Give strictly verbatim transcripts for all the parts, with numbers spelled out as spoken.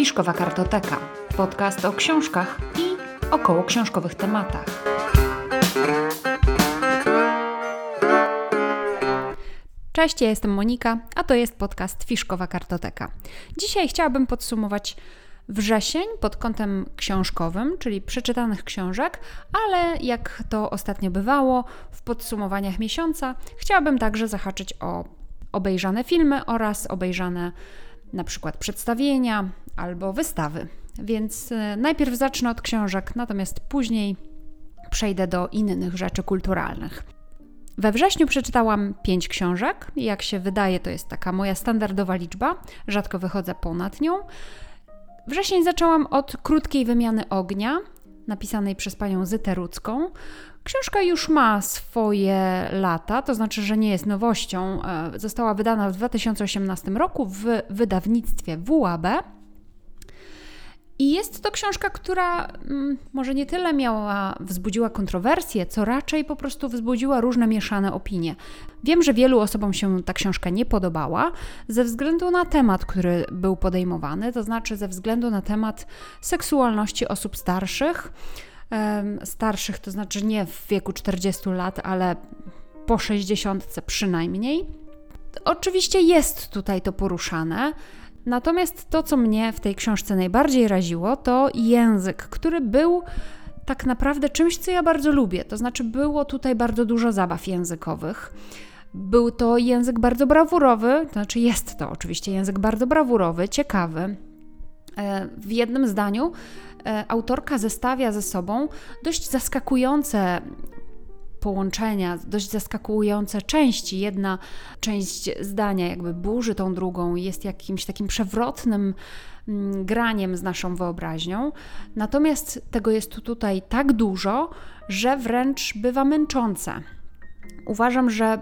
Fiszkowa Kartoteka. Podcast o książkach i około książkowych tematach. Cześć, ja jestem Monika, a to jest podcast Fiszkowa Kartoteka. Dzisiaj chciałabym podsumować wrzesień pod kątem książkowym, czyli przeczytanych książek, ale jak to ostatnio bywało w podsumowaniach miesiąca, chciałabym także zahaczyć o obejrzane filmy oraz obejrzane na przykład przedstawienia albo wystawy. Więc najpierw zacznę od książek, natomiast później przejdę do innych rzeczy kulturalnych. We wrześniu przeczytałam pięć książek. Jak się wydaje, to jest taka moja standardowa liczba. Rzadko wychodzę ponad nią. Wrzesień zaczęłam od Krótkiej wymiany ognia, napisanej przez panią Zytę Rudzką. Książka już ma swoje lata, to znaczy, że nie jest nowością. Została wydana w dwa tysiące osiemnastym roku w wydawnictwie W A B. I jest to książka, która mm, może nie tyle miała, wzbudziła kontrowersje, co raczej po prostu wzbudziła różne mieszane opinie. Wiem, że wielu osobom się ta książka nie podobała ze względu na temat, który był podejmowany, to znaczy ze względu na temat seksualności osób starszych. Ehm, starszych to znaczy nie w wieku czterdziestu lat, ale po sześćdziesiątce przynajmniej. Oczywiście jest tutaj to poruszane. Natomiast to, co mnie w tej książce najbardziej raziło, to język, który był tak naprawdę czymś, co ja bardzo lubię. To znaczy było tutaj bardzo dużo zabaw językowych. Był to język bardzo brawurowy, to znaczy jest to oczywiście język bardzo brawurowy, ciekawy. W jednym zdaniu autorka zestawia ze sobą dość zaskakujące połączenia, dość zaskakujące części. Jedna część zdania jakby burzy tą drugą, jest jakimś takim przewrotnym mm, graniem z naszą wyobraźnią. Natomiast tego jest tu tutaj tak dużo, że wręcz bywa męczące. Uważam, że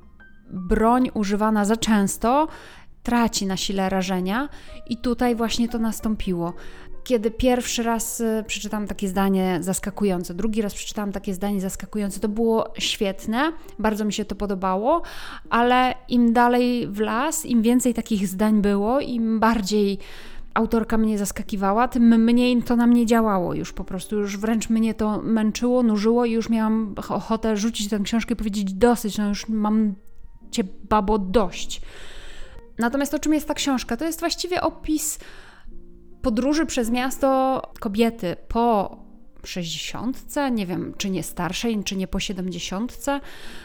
broń używana za często traci na sile rażenia i tutaj właśnie to nastąpiło. Kiedy pierwszy raz przeczytałam takie zdanie zaskakujące, drugi raz przeczytałam takie zdanie zaskakujące, to było świetne, bardzo mi się to podobało, ale im dalej w las, im więcej takich zdań było, im bardziej autorka mnie zaskakiwała, tym mniej to na mnie działało już po prostu, już wręcz mnie to męczyło, nużyło i już miałam ochotę rzucić tę książkę i powiedzieć dosyć, no już mam cię, babo, dość. Natomiast o czym jest ta książka? To jest właściwie opis podróży przez miasto kobiety po sześćdziesiątce, nie wiem, czy nie starszej, czy nie po siedemdziesiątce,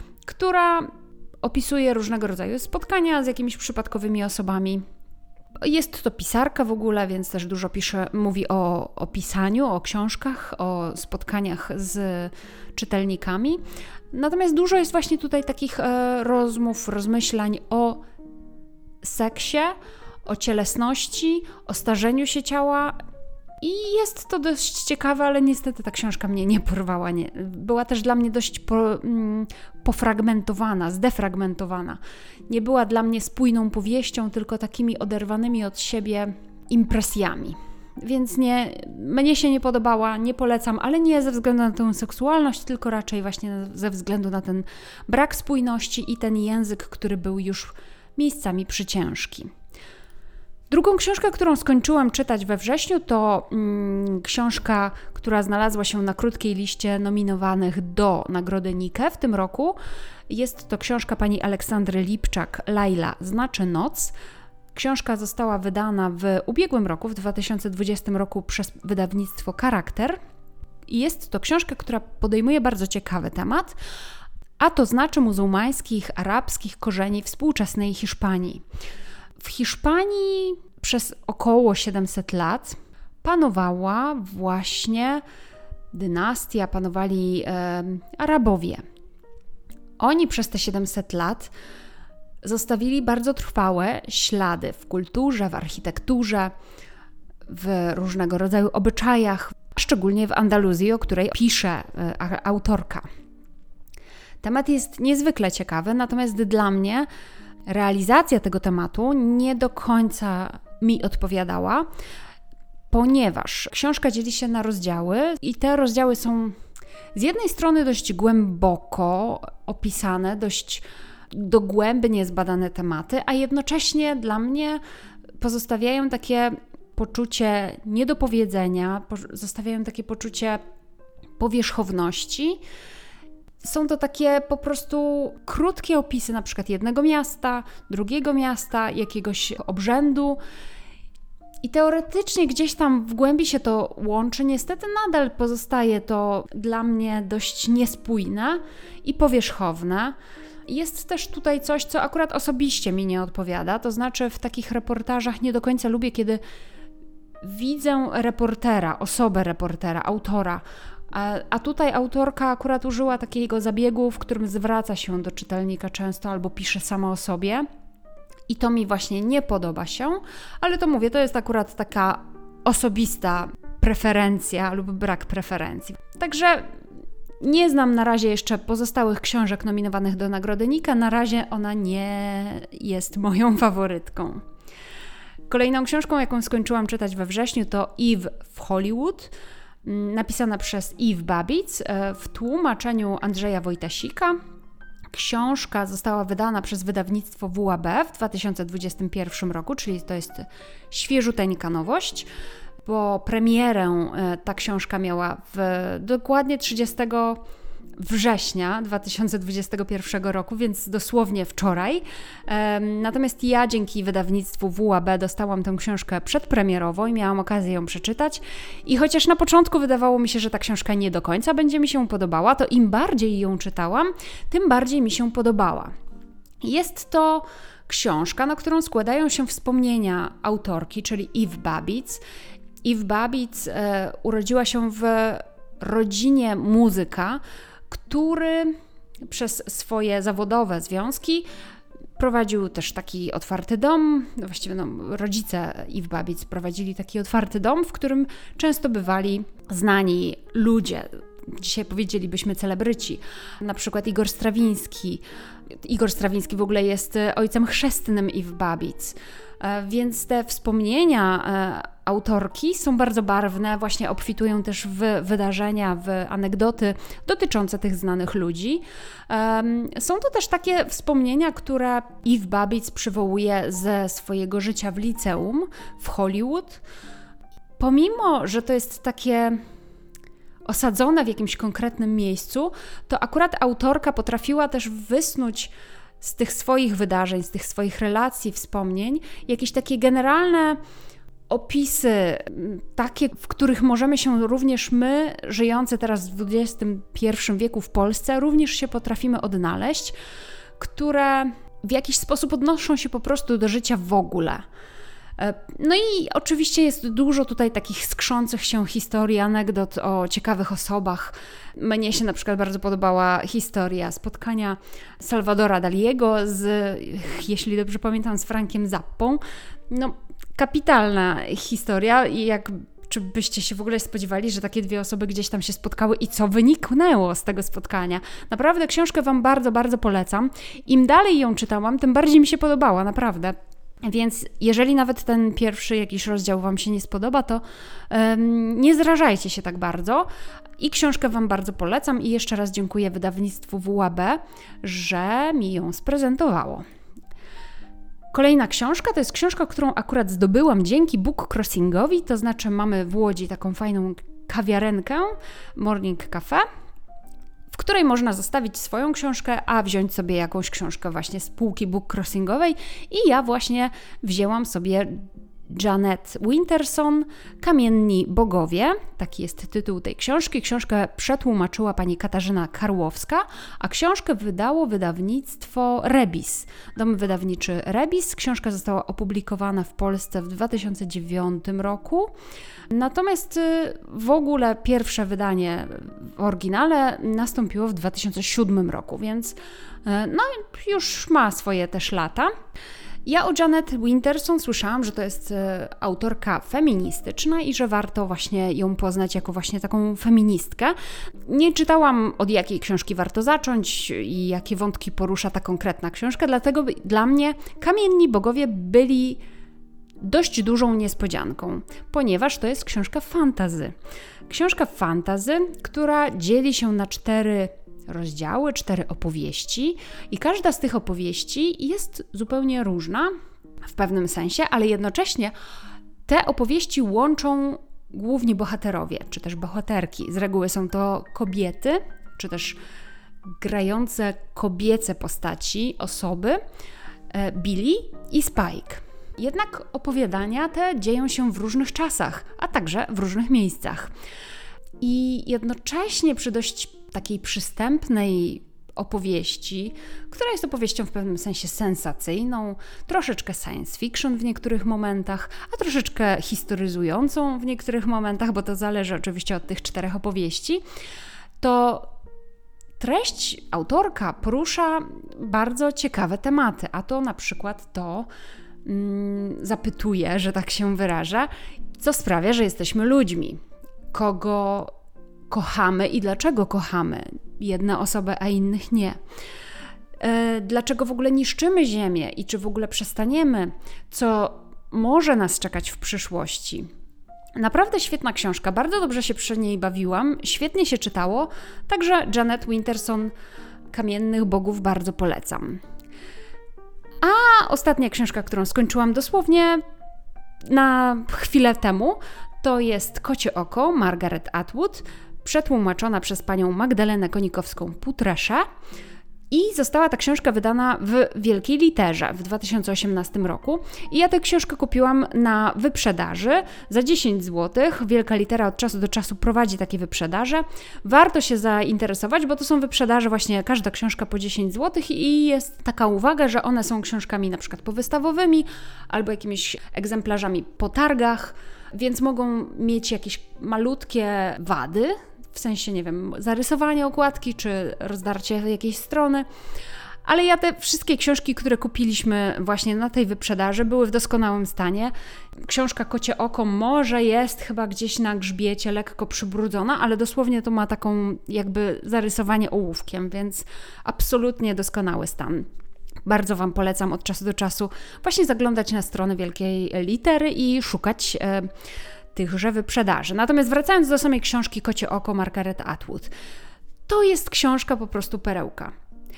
która opisuje różnego rodzaju spotkania z jakimiś przypadkowymi osobami. Jest to pisarka w ogóle, więc też dużo pisze, mówi o, o pisaniu, o książkach, o spotkaniach z czytelnikami. Natomiast dużo jest właśnie tutaj takich e, rozmów, rozmyślań o seksie, o cielesności, o starzeniu się ciała i jest to dość ciekawe, ale niestety ta książka mnie nie porwała. Nie. Była też dla mnie dość po, mm, pofragmentowana, zdefragmentowana. Nie była dla mnie spójną powieścią, tylko takimi oderwanymi od siebie impresjami. Więc nie, mnie się nie podobała, nie polecam, ale nie ze względu na tę seksualność, tylko raczej właśnie ze względu na ten brak spójności i ten język, który był już miejscami przyciężki. Drugą książkę, którą skończyłam czytać we wrześniu, to mm, książka, która znalazła się na krótkiej liście nominowanych do Nagrody Nike w tym roku. Jest to książka pani Aleksandry Lipczak, Laila znaczy noc. Książka została wydana w ubiegłym roku, w dwa tysiące dwudziestym roku przez wydawnictwo Charakter. I jest to książka, która podejmuje bardzo ciekawy temat, a to znaczy muzułmańskich, arabskich korzeni współczesnej Hiszpanii. W Hiszpanii przez około siedemset lat panowała właśnie dynastia, panowali e, Arabowie. Oni przez te siedemset lat zostawili bardzo trwałe ślady w kulturze, w architekturze, w różnego rodzaju obyczajach, szczególnie w Andaluzji, o której pisze e, autorka. Temat jest niezwykle ciekawy, natomiast dla mnie realizacja tego tematu nie do końca mi odpowiadała, ponieważ książka dzieli się na rozdziały i te rozdziały są z jednej strony dość głęboko opisane, dość dogłębnie zbadane tematy, a jednocześnie dla mnie pozostawiają takie poczucie niedopowiedzenia, zostawiają takie poczucie powierzchowności. Są to takie po prostu krótkie opisy na przykład jednego miasta, drugiego miasta, jakiegoś obrzędu. I teoretycznie gdzieś tam w głębi się to łączy, niestety nadal pozostaje to dla mnie dość niespójne i powierzchowne. Jest też tutaj coś, co akurat osobiście mi nie odpowiada, to znaczy w takich reportażach nie do końca lubię, kiedy widzę reportera, osobę reportera, autora, a, a tutaj autorka akurat użyła takiego zabiegu, w którym zwraca się do czytelnika często albo pisze sama o sobie. I to mi właśnie nie podoba się, ale to mówię, to jest akurat taka osobista preferencja lub brak preferencji. Także nie znam na razie jeszcze pozostałych książek nominowanych do Nagrody Nika, na razie ona nie jest moją faworytką. Kolejną książką, jaką skończyłam czytać we wrześniu, to Eve w Hollywood, napisana przez Eve Babitz w tłumaczeniu Andrzeja Wojtasika. Książka została wydana przez wydawnictwo W A B w dwa tysiące dwudziestym pierwszym roku, czyli to jest świeżuteńka nowość, bo premierę ta książka miała w dokładnie trzydziestego września dwa tysiące dwudziestego pierwszego roku, więc dosłownie wczoraj. Natomiast ja dzięki wydawnictwu W A B dostałam tę książkę przedpremierowo i miałam okazję ją przeczytać. I chociaż na początku wydawało mi się, że ta książka nie do końca będzie mi się podobała, to im bardziej ją czytałam, tym bardziej mi się podobała. Jest to książka, na którą składają się wspomnienia autorki, czyli Eve Babitz. Eve Babitz e, urodziła się w rodzinie muzyka, który przez swoje zawodowe związki prowadził też taki otwarty dom, właściwie no, rodzice Eve Babitz prowadzili taki otwarty dom, w którym często bywali znani ludzie, dzisiaj powiedzielibyśmy celebryci, na przykład Igor Strawiński. Igor Strawiński w ogóle jest ojcem chrzestnym Eve Babitz, więc te wspomnienia autorki są bardzo barwne, właśnie obfitują też w wydarzenia, w anegdoty dotyczące tych znanych ludzi. Są to też takie wspomnienia, które Eve Babitz przywołuje ze swojego życia w liceum w Hollywood. Pomimo, że to jest takie osadzone w jakimś konkretnym miejscu, to akurat autorka potrafiła też wysnuć z tych swoich wydarzeń, z tych swoich relacji, wspomnień, jakieś takie generalne opisy, takie, w których możemy się również my, żyjący teraz w dwudziestym pierwszym wieku w Polsce, również się potrafimy odnaleźć, które w jakiś sposób odnoszą się po prostu do życia w ogóle. No i oczywiście jest dużo tutaj takich skrzących się historii, anegdot o ciekawych osobach. Mnie się na przykład bardzo podobała historia spotkania Salvadora Daliego z, jeśli dobrze pamiętam, z Frankiem Zappą. No, kapitalna historia i jak czy byście się w ogóle spodziewali, że takie dwie osoby gdzieś tam się spotkały i co wyniknęło z tego spotkania. Naprawdę książkę Wam bardzo, bardzo polecam. Im dalej ją czytałam, tym bardziej mi się podobała, naprawdę. Więc jeżeli nawet ten pierwszy jakiś rozdział Wam się nie spodoba, to um, nie zrażajcie się tak bardzo. I książkę Wam bardzo polecam i jeszcze raz dziękuję wydawnictwu W A B, że mi ją sprezentowało. Kolejna książka to jest książka, którą akurat zdobyłam dzięki Book Crossingowi, to znaczy mamy w Łodzi taką fajną kawiarenkę, Morning Cafe, w której można zostawić swoją książkę, a wziąć sobie jakąś książkę właśnie z półki Book Crossingowej i ja właśnie wzięłam sobie Janet Winterson, Kamienni Bogowie, taki jest tytuł tej książki. Książkę przetłumaczyła pani Katarzyna Karłowska, a książkę wydało wydawnictwo Rebis, dom wydawniczy Rebis. Książka została opublikowana w Polsce w dwa tysiące dziewiątym roku, natomiast w ogóle pierwsze wydanie w oryginale nastąpiło w dwa tysiące siódmym roku, więc no już ma swoje też lata. Ja o Janet Winterson słyszałam, że to jest e, autorka feministyczna i że warto właśnie ją poznać jako właśnie taką feministkę. Nie czytałam, od jakiej książki warto zacząć i jakie wątki porusza ta konkretna książka, dlatego dla mnie Kamienni Bogowie byli dość dużą niespodzianką, ponieważ to jest książka fantasy. Książka fantasy, która dzieli się na cztery rozdziały, cztery opowieści i każda z tych opowieści jest zupełnie różna w pewnym sensie, ale jednocześnie Te opowieści łączą głównie bohaterowie, czy też bohaterki. Z reguły są to kobiety, czy też grające kobiece postaci, osoby, Billy i Spike. Jednak opowiadania te dzieją się w różnych czasach, a także w różnych miejscach. I jednocześnie przy dość takiej przystępnej opowieści, która jest opowieścią w pewnym sensie sensacyjną, troszeczkę science fiction w niektórych momentach, a troszeczkę historyzującą w niektórych momentach, bo to zależy oczywiście od tych czterech opowieści, to treść autorka porusza bardzo ciekawe tematy, a to na przykład to mm, zapytuje, że tak się wyraża, co sprawia, że jesteśmy ludźmi. Kogo kochamy i dlaczego kochamy jedne osoby, a innych nie. E, dlaczego w ogóle niszczymy Ziemię i czy w ogóle przestaniemy, co może nas czekać w przyszłości. Naprawdę świetna książka, bardzo dobrze się przy niej bawiłam, świetnie się czytało, także Jeanette Winterson, Kamiennych Bogów, bardzo polecam. A ostatnia książka, którą skończyłam dosłownie na chwilę temu, to jest Kocie oko Margaret Atwood, przetłumaczona przez panią Magdalenę Konikowską-Putreszę i została ta książka wydana w wielkiej literze w dwa tysiące osiemnastym roku. I ja tę książkę kupiłam na wyprzedaży za dziesięć złotych. Wielka litera od czasu do czasu prowadzi takie wyprzedaże. Warto się zainteresować, bo to są wyprzedaże właśnie każda książka po dziesięć złotych i jest taka uwaga, że one są książkami na przykład powystawowymi albo jakimiś egzemplarzami po targach, więc mogą mieć jakieś malutkie wady, w sensie, nie wiem, zarysowanie okładki czy rozdarcie jakiejś strony, ale ja te wszystkie książki, które kupiliśmy właśnie na tej wyprzedaży, były w doskonałym stanie. Książka Kocie oko może jest chyba gdzieś na grzbiecie lekko przybrudzona, ale dosłownie to ma taką jakby zarysowanie ołówkiem, więc absolutnie doskonały stan. Bardzo Wam polecam od czasu do czasu właśnie zaglądać na stronę wielkiej litery i szukać e, tychże wyprzedaży. Natomiast wracając do samej książki Kocie oko Margaret Atwood, to jest książka po prostu perełka.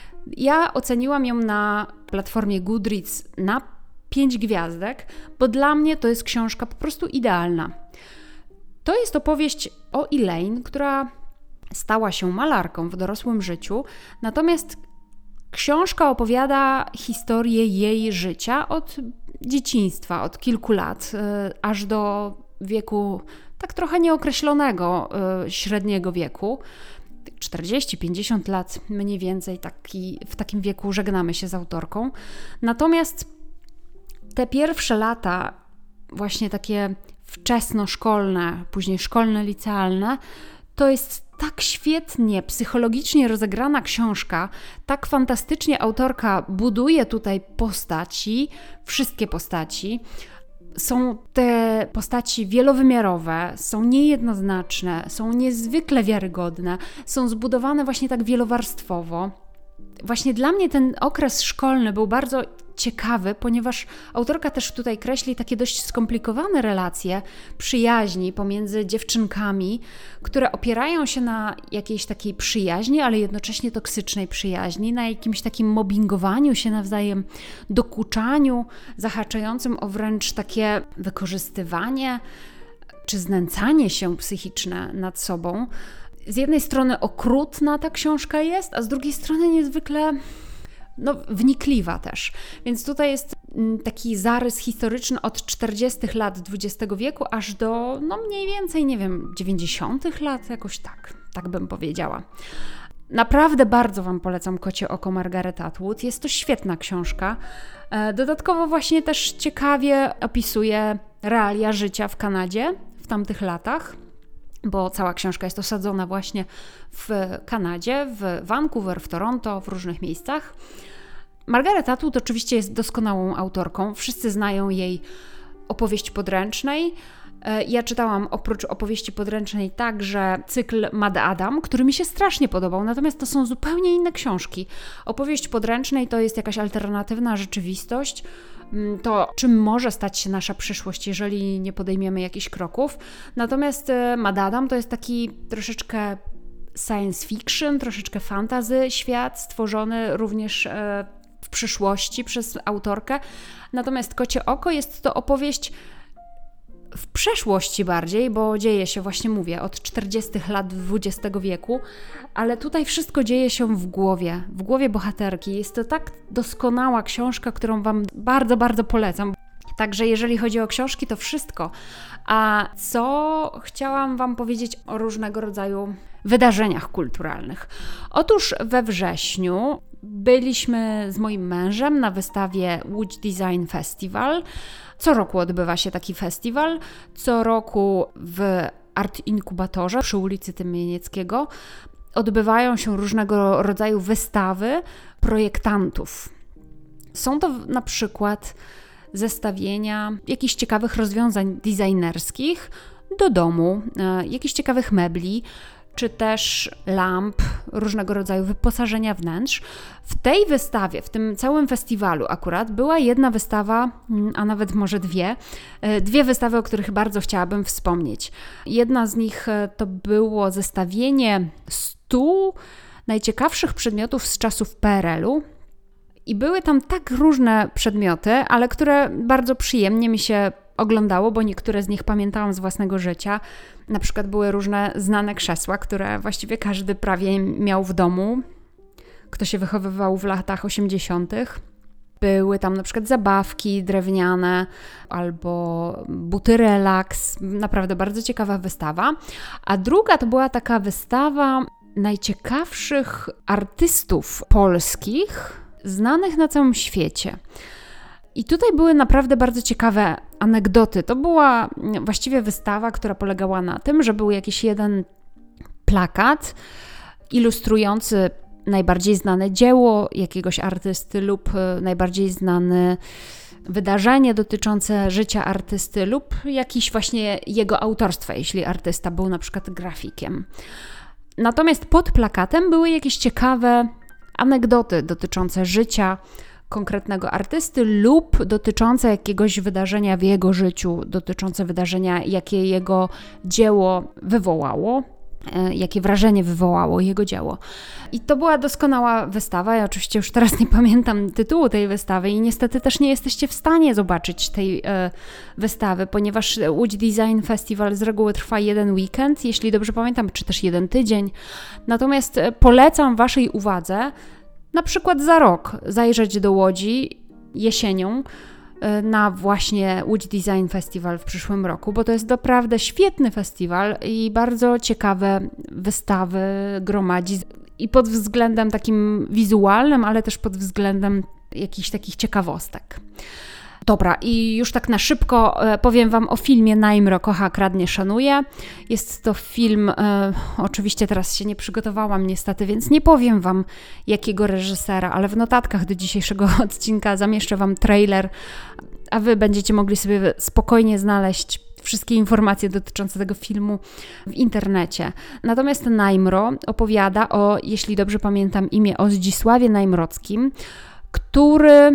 Ja oceniłam ją na platformie Goodreads na pięć gwiazdek, bo dla mnie to jest książka po prostu idealna. To jest opowieść o Elaine, która stała się malarką w dorosłym życiu, natomiast książka opowiada historię jej życia od dzieciństwa, od kilku lat, aż do wieku tak trochę nieokreślonego, średniego wieku. czterdzieści pięćdziesiąt lat mniej więcej, taki, w takim wieku żegnamy się z autorką. Natomiast te pierwsze lata, właśnie takie wczesnoszkolne, później szkolne, licealne, to jest tak świetnie, psychologicznie rozegrana książka, tak fantastycznie autorka buduje tutaj postaci, wszystkie postaci. Są te postaci wielowymiarowe, są niejednoznaczne, są niezwykle wiarygodne, są zbudowane właśnie tak wielowarstwowo. Właśnie dla mnie ten okres szkolny był bardzo ciekawy, ponieważ autorka też tutaj kreśli takie dość skomplikowane relacje przyjaźni pomiędzy dziewczynkami, które opierają się na jakiejś takiej przyjaźni, ale jednocześnie toksycznej przyjaźni, na jakimś takim mobbingowaniu się nawzajem, dokuczaniu, zahaczającym o wręcz takie wykorzystywanie czy znęcanie się psychiczne nad sobą. Z jednej strony okrutna ta książka jest, a z drugiej strony niezwykle no, wnikliwa też. Więc tutaj jest taki zarys historyczny od czterdziestych lat dwudziestego wieku aż do no mniej więcej, nie wiem, dziewięćdziesiątych lat, jakoś tak, tak bym powiedziała. Naprawdę bardzo Wam polecam Kocie oko Margaret Atwood. Jest to świetna książka. Dodatkowo właśnie też ciekawie opisuje realia życia w Kanadzie w tamtych latach, bo cała książka jest osadzona właśnie w Kanadzie, w Vancouver, w Toronto, w różnych miejscach. Margaret Atwood oczywiście jest doskonałą autorką. Wszyscy znają jej opowieść podręcznej. Ja czytałam oprócz opowieści podręcznej także cykl Mad Adam, który mi się strasznie podobał, natomiast to są zupełnie inne książki. Opowieść podręcznej to jest jakaś alternatywna rzeczywistość, to czym może stać się nasza przyszłość, jeżeli nie podejmiemy jakichś kroków. Natomiast Mad Adam to jest taki troszeczkę science fiction, troszeczkę fantasy świat, stworzony również w przyszłości przez autorkę. Natomiast Kocie oko jest to opowieść w przeszłości bardziej, bo dzieje się, właśnie mówię, od czterdziestych lat dwudziestego wieku, ale tutaj wszystko dzieje się w głowie, w głowie bohaterki. Jest to tak doskonała książka, którą Wam bardzo, bardzo polecam. Także jeżeli chodzi o książki, to wszystko. A co chciałam Wam powiedzieć o różnego rodzaju wydarzeniach kulturalnych? Otóż we wrześniu byliśmy z moim mężem na wystawie Łódź Design Festival. Co roku odbywa się taki festiwal. Co roku w Art Inkubatorze przy ulicy Tymienieckiego odbywają się różnego rodzaju wystawy projektantów. Są to na przykład zestawienia jakichś ciekawych rozwiązań designerskich do domu, e, jakichś ciekawych mebli, czy też lamp, różnego rodzaju wyposażenia wnętrz. W tej wystawie, w tym całym festiwalu akurat była jedna wystawa, a nawet może dwie, dwie wystawy, o których bardzo chciałabym wspomnieć. Jedna z nich to było zestawienie stu najciekawszych przedmiotów z czasów P R L u. I były tam tak różne przedmioty, ale które bardzo przyjemnie mi się oglądało, bo niektóre z nich pamiętałam z własnego życia. Na przykład były różne znane krzesła, które właściwie każdy prawie miał w domu, kto się wychowywał w latach osiemdziesiątych. Były tam na przykład zabawki drewniane albo buty relaks. Naprawdę bardzo ciekawa wystawa. A druga to była taka wystawa najciekawszych artystów polskich, znanych na całym świecie. I tutaj były naprawdę bardzo ciekawe anegdoty. To była właściwie wystawa, która polegała na tym, że był jakiś jeden plakat ilustrujący najbardziej znane dzieło jakiegoś artysty lub najbardziej znane wydarzenie dotyczące życia artysty lub jakiś właśnie jego autorstwa, jeśli artysta był na przykład grafikiem. Natomiast pod plakatem były jakieś ciekawe anegdoty dotyczące życia konkretnego artysty lub dotyczące jakiegoś wydarzenia w jego życiu, dotyczące wydarzenia, jakie jego dzieło wywołało, jakie wrażenie wywołało jego dzieło. I to była doskonała wystawa. Ja oczywiście już teraz nie pamiętam tytułu tej wystawy i niestety też nie jesteście w stanie zobaczyć tej e, wystawy, ponieważ Łódź Design Festival z reguły trwa jeden weekend, jeśli dobrze pamiętam, czy też jeden tydzień. Natomiast polecam Waszej uwadze na przykład za rok zajrzeć do Łodzi jesienią na właśnie Łódź Design Festival w przyszłym roku, bo to jest naprawdę świetny festiwal i bardzo ciekawe wystawy gromadzi i pod względem takim wizualnym, ale też pod względem jakichś takich ciekawostek. Dobra, i już tak na szybko powiem Wam o filmie Najmro kocha, kradnie, szanuje. Jest to film, e, oczywiście teraz się nie przygotowałam niestety, więc nie powiem Wam jakiego reżysera, ale w notatkach do dzisiejszego odcinka zamieszczę Wam trailer, a Wy będziecie mogli sobie spokojnie znaleźć wszystkie informacje dotyczące tego filmu w internecie. Natomiast Najmro opowiada o, jeśli dobrze pamiętam imię, o Zdzisławie Najmrockim, który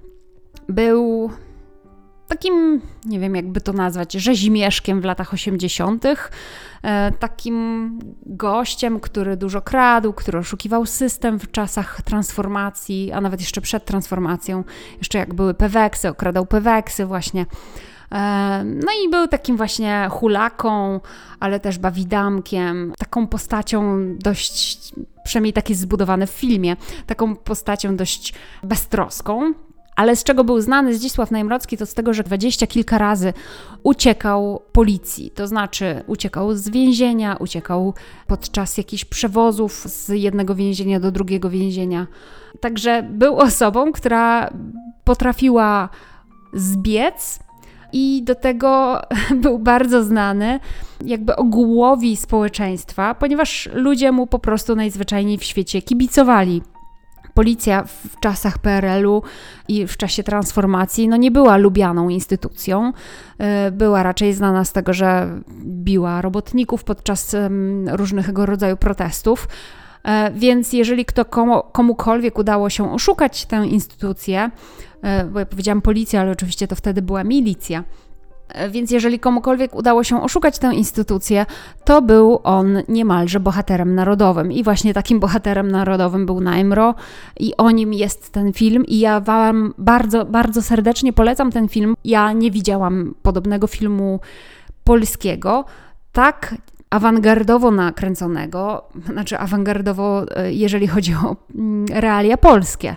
był takim, nie wiem jakby to nazwać, rzezimieszkiem w latach osiemdziesiątych. E, takim gościem, który dużo kradł, który oszukiwał system w czasach transformacji, a nawet jeszcze przed transformacją, jeszcze jak były peweksy, okradał peweksy właśnie. E, no i był takim właśnie hulaką, ale też bawidamkiem, taką postacią dość, przynajmniej tak jest zbudowane w filmie, taką postacią dość beztroską. Ale z czego był znany Zdzisław Najmrocki, to z tego, że dwadzieścia kilka razy uciekał policji. To znaczy uciekał z więzienia, uciekał podczas jakichś przewozów z jednego więzienia do drugiego więzienia. Także był osobą, która potrafiła zbiec i do tego był bardzo znany jakby ogółowi społeczeństwa, ponieważ ludzie mu po prostu najzwyczajniej w świecie kibicowali. Policja w czasach P R L u i w czasie transformacji no nie była lubianą instytucją. Była raczej znana z tego, że biła robotników podczas różnego rodzaju protestów. Więc jeżeli kto komu, komukolwiek udało się oszukać tę instytucję, bo ja powiedziałam policja, ale oczywiście to wtedy była milicja, Więc jeżeli komukolwiek udało się oszukać tę instytucję, to był on niemalże bohaterem narodowym. I właśnie takim bohaterem narodowym był Najmro i o nim jest ten film. I ja Wam bardzo, bardzo serdecznie polecam ten film. Ja nie widziałam podobnego filmu polskiego, tak awangardowo nakręconego, znaczy awangardowo, jeżeli chodzi o realia polskie,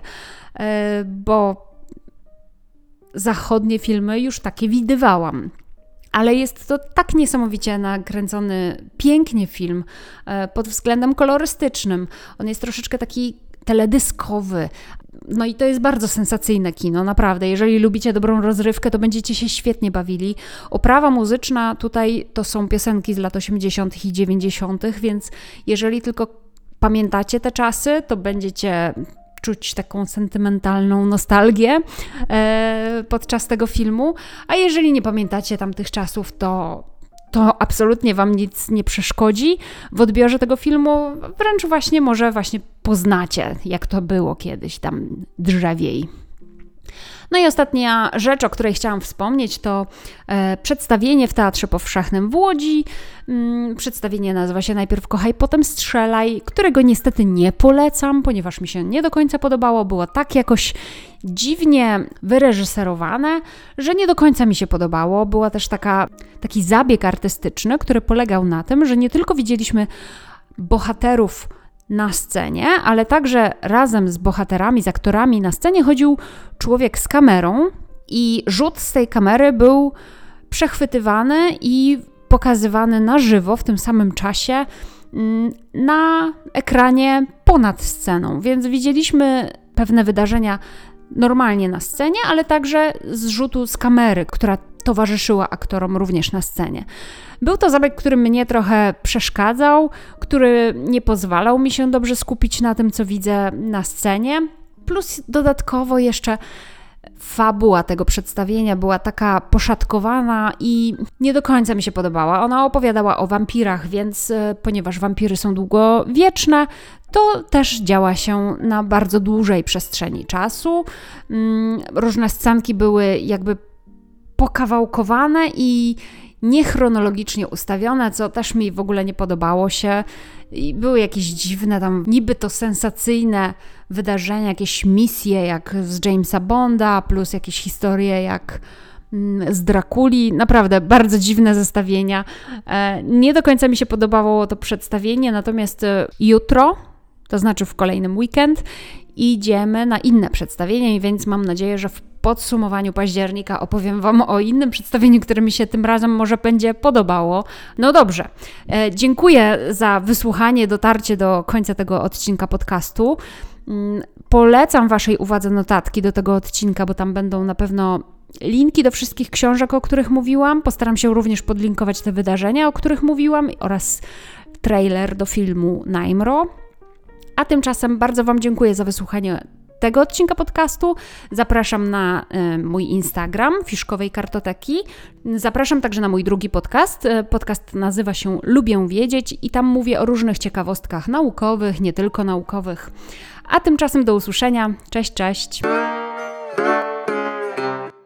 bo zachodnie filmy już takie widywałam. Ale jest to tak niesamowicie nakręcony, pięknie film pod względem kolorystycznym. On jest troszeczkę taki teledyskowy. No i to jest bardzo sensacyjne kino, naprawdę. Jeżeli lubicie dobrą rozrywkę, to będziecie się świetnie bawili. Oprawa muzyczna tutaj to są piosenki z lat osiemdziesiątych i dziewięćdziesiątych, więc jeżeli tylko pamiętacie te czasy, to będziecie czuć taką sentymentalną nostalgię e, podczas tego filmu, a jeżeli nie pamiętacie tamtych czasów, to, to absolutnie Wam nic nie przeszkodzi w odbiorze tego filmu, wręcz właśnie może właśnie poznacie, jak to było kiedyś tam drzewiej. No i ostatnia rzecz, o której chciałam wspomnieć, to e, przedstawienie w Teatrze Powszechnym w Łodzi. Mm, przedstawienie nazywa się Najpierw kochaj, potem strzelaj, którego niestety nie polecam, ponieważ mi się nie do końca podobało. Było tak jakoś dziwnie wyreżyserowane, że nie do końca mi się podobało. Była też taka, taki zabieg artystyczny, który polegał na tym, że nie tylko widzieliśmy bohaterów na scenie, ale także razem z bohaterami, z aktorami na scenie chodził człowiek z kamerą i rzut z tej kamery był przechwytywany i pokazywany na żywo w tym samym czasie na ekranie ponad sceną, więc widzieliśmy pewne wydarzenia normalnie na scenie, ale także z rzutu z kamery, która towarzyszyła aktorom również na scenie. Był to zabieg, który mnie trochę przeszkadzał, który nie pozwalał mi się dobrze skupić na tym, co widzę na scenie, plus dodatkowo jeszcze fabuła tego przedstawienia była taka poszatkowana i nie do końca mi się podobała. Ona opowiadała o wampirach, więc ponieważ wampiry są długowieczne, to też działa się na bardzo dłużej przestrzeni czasu. Różne scenki były jakby pokawałkowane i niechronologicznie ustawione, co też mi w ogóle nie podobało się. I były jakieś dziwne tam, niby to sensacyjne wydarzenia, jakieś misje jak z Jamesa Bonda, plus jakieś historie jak z Drakuli. Naprawdę bardzo dziwne zestawienia. Nie do końca mi się podobało to przedstawienie, natomiast jutro, to znaczy w kolejnym weekend, idziemy na inne przedstawienie, więc mam nadzieję, że w podsumowaniu października opowiem Wam o innym przedstawieniu, które mi się tym razem może będzie podobało. No dobrze, e, dziękuję za wysłuchanie, dotarcie do końca tego odcinka podcastu. Mm, polecam Waszej uwadze notatki do tego odcinka, bo tam będą na pewno linki do wszystkich książek, o których mówiłam. Postaram się również podlinkować te wydarzenia, o których mówiłam, oraz trailer do filmu Najmro. A tymczasem bardzo Wam dziękuję za wysłuchanie tego odcinka podcastu. Zapraszam na y, mój Instagram Fiszkowej Kartoteki. Zapraszam także na mój drugi podcast. Podcast nazywa się Lubię Wiedzieć i tam mówię o różnych ciekawostkach naukowych, nie tylko naukowych. A tymczasem do usłyszenia. Cześć, cześć!